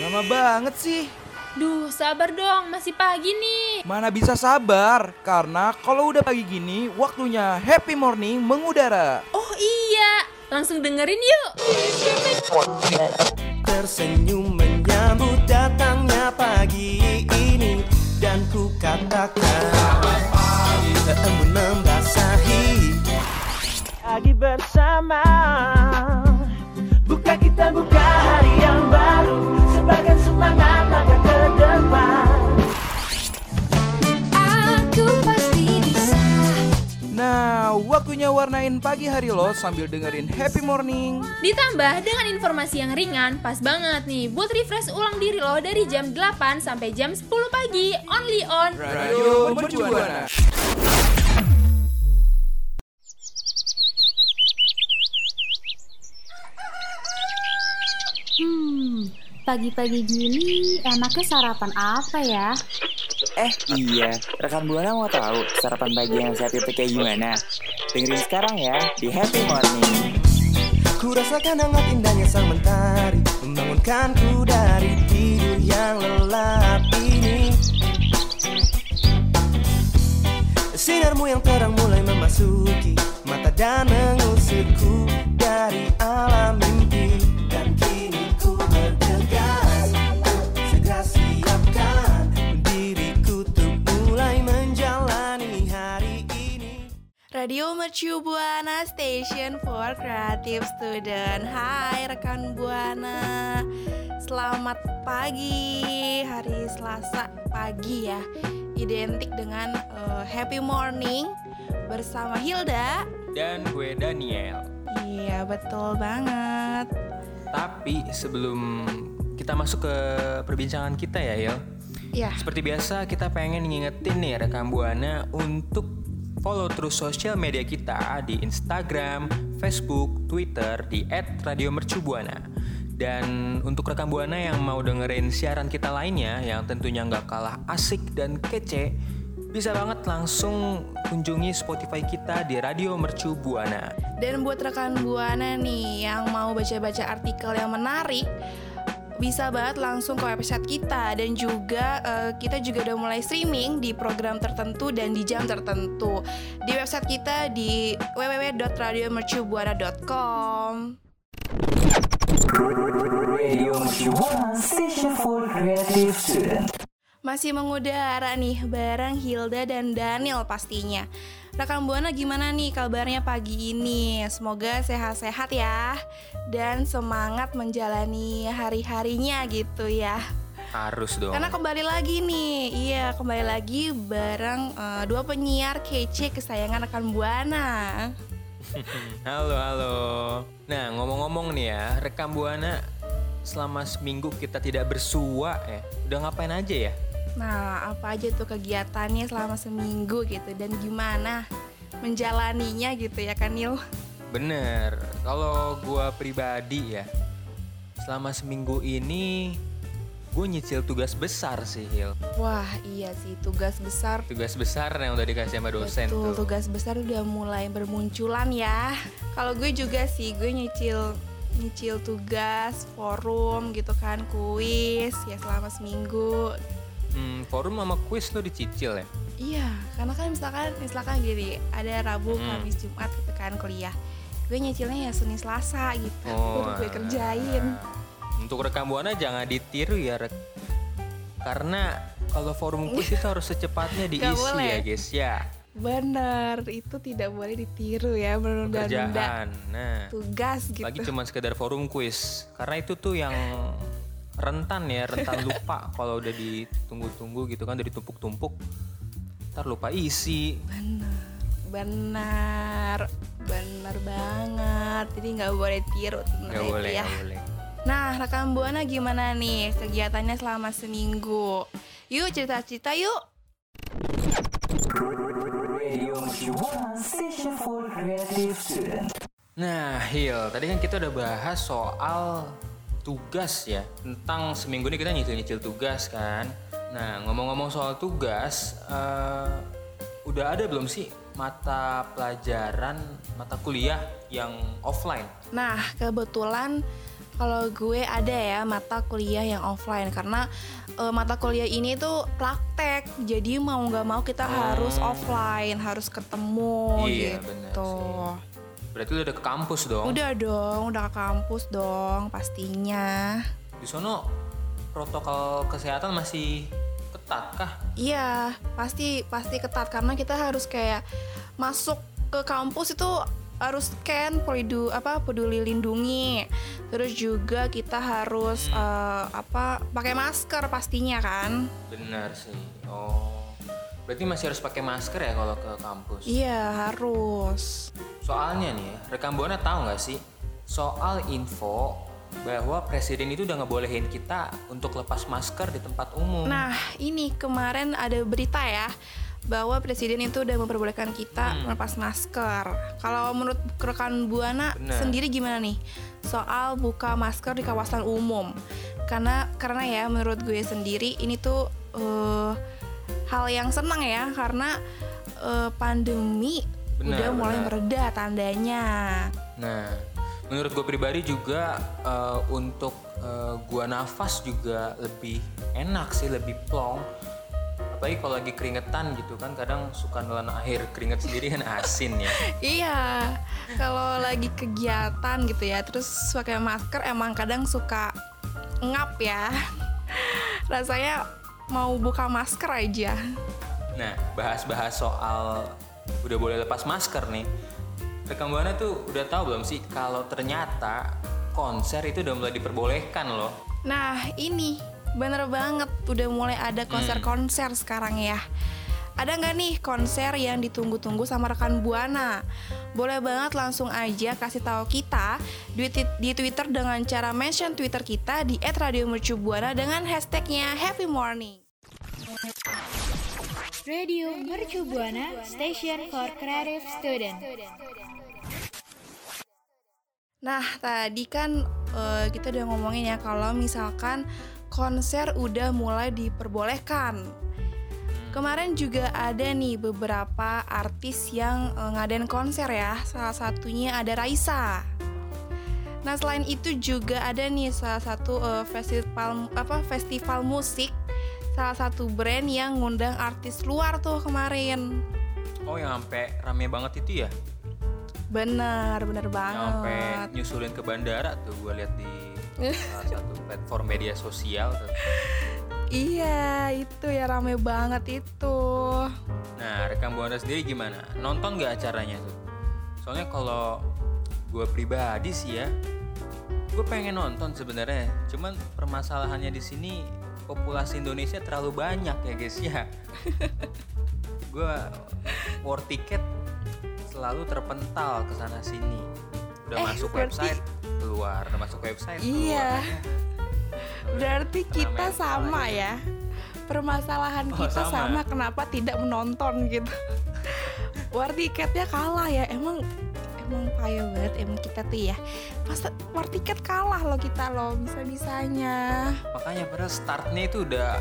Lama banget sih. Duh, sabar dong, masih pagi nih. Mana bisa sabar, karena kalau udah pagi gini, waktunya Happy Morning mengudara. Oh iya, langsung dengerin yuk. Tersenyum menyambut datangnya pagi ini, dan ku katakan selamat pagi. Embun membasahi pagi bersama. Kita buka hari yang baru sebagai semangat langkah ke depan. Aku pasti bisa. Nah, waktunya warnain pagi hari lo sambil dengerin Happy Morning. Ditambah dengan informasi yang ringan, pas banget nih buat refresh ulang diri lo dari jam 8 sampai jam 10 pagi. Only on Radio Mercu Buana. Pagi-pagi gini enaknya sarapan apa ya? Iya, rekan Buana mau tahu sarapan pagi yang sehat itu kayak gimana? Dengerin sekarang ya di Happy Morning. Ku rasakan hangat indahnya sang mentari, membangunkanku dari tidur yang lelap ini. Sinarmu yang terang mulai memasuki mata dan mengusirku dari alam mimpi. Dan kini ku bergegas, segera siapkan diriku untuk mulai menjalani hari ini. Radio Mercu Buana, Station for Creative Student. Hai rekan Buana, selamat pagi. Hari Selasa pagi ya, identik dengan Happy Morning bersama Hilda dan gue Daniel. Iya, betul banget. Tapi sebelum kita masuk ke perbincangan kita ya, Il. Iya. Seperti biasa kita pengen ngingetin nih rekan Buana untuk follow terus sosial media kita di Instagram, Facebook, Twitter di @radiomercubuana. Dan untuk rekan Buana yang mau dengerin siaran kita lainnya yang tentunya nggak kalah asik dan kece, bisa banget langsung kunjungi Spotify kita di Radio Mercu Buana. Dan buat rekan Buana nih yang mau baca-baca artikel yang menarik, bisa banget langsung ke website kita. Dan juga kita juga udah mulai streaming di program tertentu dan di jam tertentu di website kita di www.radiomercubuana.com. Radio Mercu Buana, Station for Creative Student. Masih mengudara nih bareng Hilda dan Daniel pastinya. Rekan Buana gimana nih kabarnya pagi ini? Semoga sehat-sehat ya, dan semangat menjalani hari-harinya gitu ya. Harus dong. Karena kembali lagi nih, kembali lagi bareng dua penyiar kece kesayangan rekan Buana. Halo. Nah, ngomong-ngomong nih ya, rekan Buana, selama seminggu kita tidak bersua ya, udah ngapain aja ya? Nah, apa aja tuh kegiatannya selama seminggu gitu, dan gimana menjalaninya gitu ya kan, Nil? Bener, kalau gue pribadi ya, selama seminggu ini gue nyicil tugas besar sih, Hil. Wah, iya sih, tugas besar. Tugas besar yang udah dikasih sama dosen. Betul, tuh. tugas besar udah mulai bermunculan ya. Kalau gue juga sih, gue nyicil tugas forum gitu kan, kuis ya selama seminggu. Forum sama kuis lo dicicil ya? Iya, karena kan misalkan gini, ada Rabu, Kamis, Jumat gitu kan kuliah. Gue nyicilnya ya Senin, Selasa gitu. Udah gue kerjain. Untuk rekan Buana jangan ditiru ya, karena kalau forum kuis itu harus secepatnya diisi ya guys ya. Bener, itu tidak boleh ditiru ya, menunda-nunda Pekerjaan. Nah, tugas gitu. lagi cuma sekedar forum kuis, karena itu tuh yang rentan lupa kalau udah ditunggu-tunggu gitu kan, udah ditumpuk-tumpuk, ntar lupa isi. Benar banget. Jadi nggak boleh tiru Nggak ya. boleh. Nah, rekan Buana gimana nih kegiatannya selama seminggu? Yuk cerita-cerita yuk. Radio Mercu Buana, Station for Creative Student. Nah, Hil, tadi kan kita udah bahas soal tugas ya, tentang seminggu ini kita nyicil-nyicil tugas kan. Nah, ngomong-ngomong soal tugas, udah ada belum sih mata kuliah yang offline? Nah, kebetulan kalau gue ada ya mata kuliah yang offline karena mata kuliah ini tuh praktek. Jadi mau nggak mau kita harus offline, harus ketemu Iya, gitu. bener sih. Berarti lu udah ke kampus dong? Udah ke kampus dong pastinya. Di sono protokol kesehatan masih ketat kah? Iya, pasti ketat karena kita harus kayak masuk ke kampus itu harus scan peduli lindungi. Terus juga kita harus pakai masker pastinya kan. Benar sih. Oh. Berarti masih harus pakai masker ya kalau ke kampus? Iya, harus. Soalnya nih, rekan Buana tahu nggak sih soal info bahwa presiden itu udah ngebolehin kita untuk lepas masker di tempat umum. Nah, ini kemarin ada berita ya bahwa presiden itu udah memperbolehkan kita melepas masker. Kalau menurut rekan Buana sendiri gimana nih soal buka masker di kawasan umum? Karena ya menurut gue sendiri ini tuh hal yang senang ya karena pandemi udah mulai mereda tandanya. Nah, menurut gue pribadi juga untuk gua nafas juga lebih enak sih, lebih plong. Apalagi kalau lagi keringetan gitu kan, kadang suka nelan air keringet sendiri kan asin ya. Iya, kalau lagi kegiatan gitu ya, terus pakai masker emang kadang suka ngap ya. Rasanya mau buka masker aja. Nah, bahas-bahas soal udah boleh lepas masker nih. Rekan Buana tuh udah tahu belum sih kalau ternyata konser itu udah mulai diperbolehkan loh. Nah, ini bener banget, udah mulai ada konser-konser sekarang ya. Ada nggak nih konser yang ditunggu-tunggu sama rekan Buana? Boleh banget langsung aja kasih tahu kita di Twitter dengan cara mention Twitter kita di @radiomercubuana dengan hashtagnya Happy Morning. Radio Mercu Buana, Station for Creative Student. Nah, tadi kan kita udah ngomongin ya kalau misalkan konser udah mulai diperbolehkan. Kemarin juga ada nih beberapa artis yang ngadain konser ya. Salah satunya ada Raisa. Nah, selain itu juga ada nih salah satu festival musik, salah satu brand yang ngundang artis luar tuh kemarin. Oh, yang sampai rame banget itu ya? Bener banget. Yang sampai nyusulin ke bandara tuh, gue lihat di salah satu platform media sosial tuh. Iya, itu ya rame banget itu. Nah, rekan Buana sendiri gimana? Nonton nggak acaranya tuh? Soalnya kalau gue pribadi sih ya, gue pengen nonton sebenarnya. Cuman permasalahannya di sini populasi Indonesia terlalu banyak ya guys ya. Gue war tiket selalu terpental ke sana sini. Udah masuk website keluar, udah masuk website keluar. Iya. Berarti kita sama ya. Permasalahan kita sama kenapa tidak menonton gitu. War tiketnya kalah ya. Emang payah banget emang kita tuh ya. Masa war tiket kalah loh kita loh bisa-bisanya. Makanya padahal startnya itu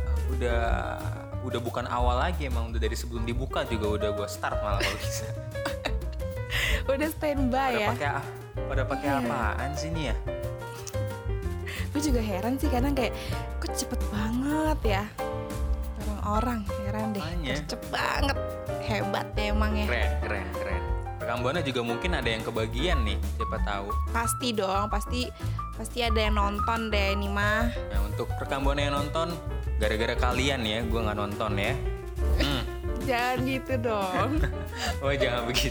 udah bukan awal lagi, emang udah dari sebelum dibuka juga udah gua start malah kalau bisa. Udah standby ya. Pada pakai apaan sih nih ya? Gue juga heran sih kadang kayak kok cepet banget ya. Orang-orang heran deh. Cepet banget. Hebat ya emang ya. Keren. Rekan Buana juga mungkin ada yang kebagian nih, siapa tahu. Pasti dong, pasti ada yang nonton deh ini mah. Nah, untuk rekan Buana yang nonton, gara-gara kalian ya, gue nggak nonton ya. Jangan gitu dong. Oh, jangan begitu.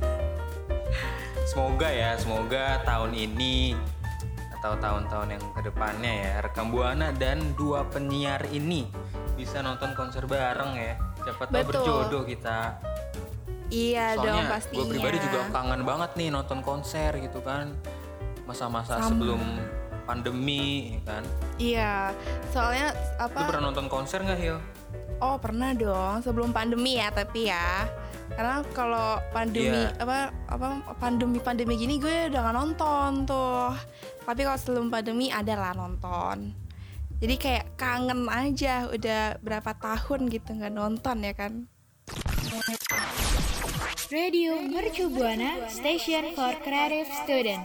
Semoga tahun ini atau tahun-tahun yang kedepannya ya, rekan Buana dan dua penyiar ini bisa nonton konser bareng ya. Siapa tahu berjodoh kita. Iya. Soalnya dong pastinya. Gue pribadi juga kangen banget nih nonton konser gitu kan. Masa-masa sebelum pandemi kan. Iya. Soalnya Lu pernah nonton konser nggak, Hil? Oh, pernah dong sebelum pandemi ya, tapi ya. Karena kalau pandemi pandemi gini gue udah gak nonton tuh. Tapi kalau sebelum pandemi adalah nonton. Jadi kayak kangen aja, udah berapa tahun gitu gak nonton ya kan. Radio Mercu Buana Station for Creative Student.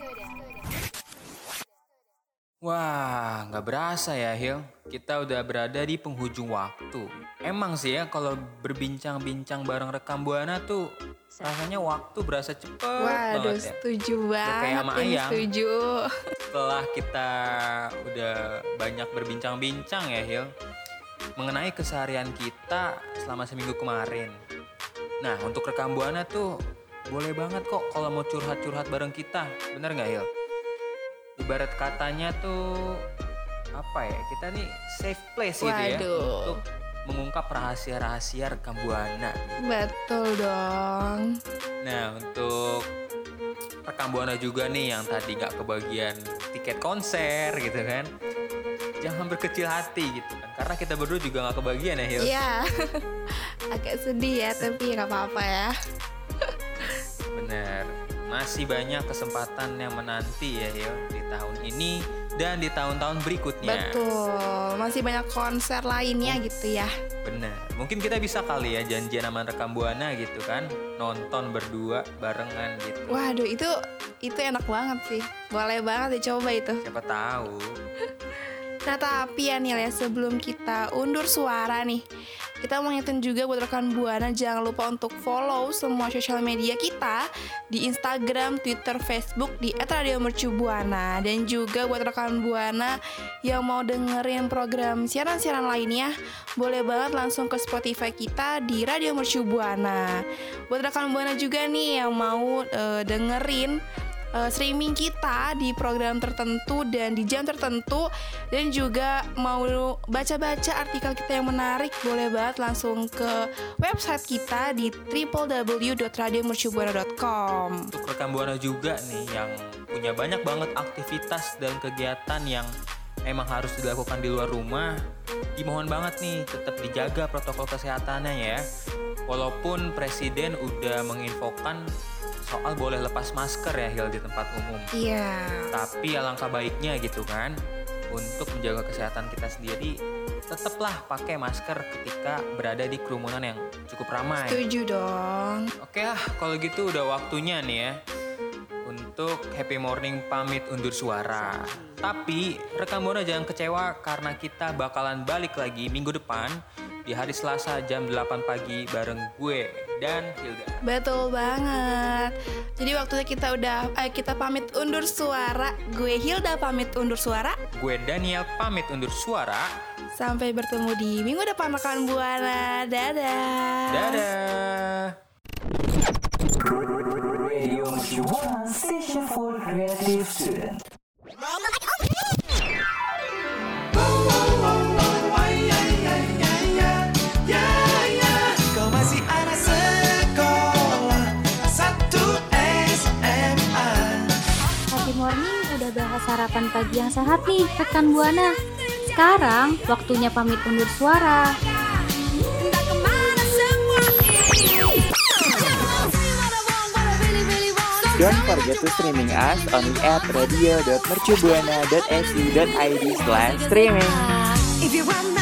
Wah, nggak berasa ya Hil, kita udah berada di penghujung waktu. Emang sih ya kalau berbincang-bincang bareng rekam Buana tuh rasanya waktu berasa cepet Waduh, banget ya. setuju Udah kayak banget sama ini, ayam. setuju. Setelah kita udah banyak berbincang-bincang ya Hil, mengenai keseharian kita selama seminggu kemarin. Nah, untuk rekam Buana tuh boleh banget kok kalau mau curhat-curhat bareng kita, bener nggak Hil? Ibarat katanya tuh apa ya, kita nih safe place gitu ya untuk mengungkap rahasia-rahasia rekam Buana. Betul dong. Nah, untuk rekam Buana juga nih yang tadi gak kebagian tiket konser gitu kan, jangan berkecil hati gitu kan, karena kita berdua juga gak kebagian ya Hil. Iya. Agak sedih ya, tapi gak apa-apa ya. Bener, masih banyak kesempatan yang menanti ya Hil di tahun ini dan di tahun-tahun berikutnya. Betul, masih banyak konser lainnya gitu ya. Bener, mungkin kita bisa kali ya janjian sama rekam Buana gitu kan, nonton berdua barengan gitu. Waduh, itu enak banget sih. Boleh banget dicoba itu. Siapa tahu. Nah, tapi ya Nil ya, sebelum kita undur suara nih, kita mau ngingetin juga buat rekan Buana, jangan lupa untuk follow semua sosial media kita di Instagram, Twitter, Facebook di @radiomercubuana. Dan juga buat rekan Buana yang mau dengerin program siaran-siaran lainnya, boleh banget langsung ke Spotify kita di Radio Mercu Buana. Buat rekan Buana juga nih yang mau dengerin streaming kita di program tertentu dan di jam tertentu, dan juga mau baca-baca artikel kita yang menarik, boleh banget langsung ke website kita di www.radiomercubuana.com. Untuk rekam Buana juga nih yang punya banyak banget aktivitas dan kegiatan yang emang harus dilakukan di luar rumah, dimohon banget nih tetap dijaga protokol kesehatannya ya. Walaupun Presiden udah menginfokan soal boleh lepas masker ya Hil di tempat umum. Iya. Tapi alangkah baiknya gitu kan, untuk menjaga kesehatan kita sendiri, tetaplah pakai masker ketika berada di kerumunan yang cukup ramai. Setuju dong. Oke lah, kalau gitu udah waktunya nih ya untuk Happy Morning pamit undur suara. Tapi rekam Buana jangan kecewa karena kita bakalan balik lagi minggu depan di hari Selasa jam 8 pagi bareng gue dan Hilda. Betul banget. Jadi waktunya kita pamit undur suara. Gue Hilda pamit undur suara. Gue Daniel pamit undur suara. Sampai bertemu di minggu depan rekan Buana. Dadah. Dadah. Radio Mercu Buana Station for Creative Student. Kau masih anak sekolah 1 SMA. Happy Morning udah bahas sarapan pagi yang sehat nih, rekan Buana. Sekarang waktunya pamit undur suara. Don't forget to streaming us on radio.mercubuana.su.id/streaming. If you want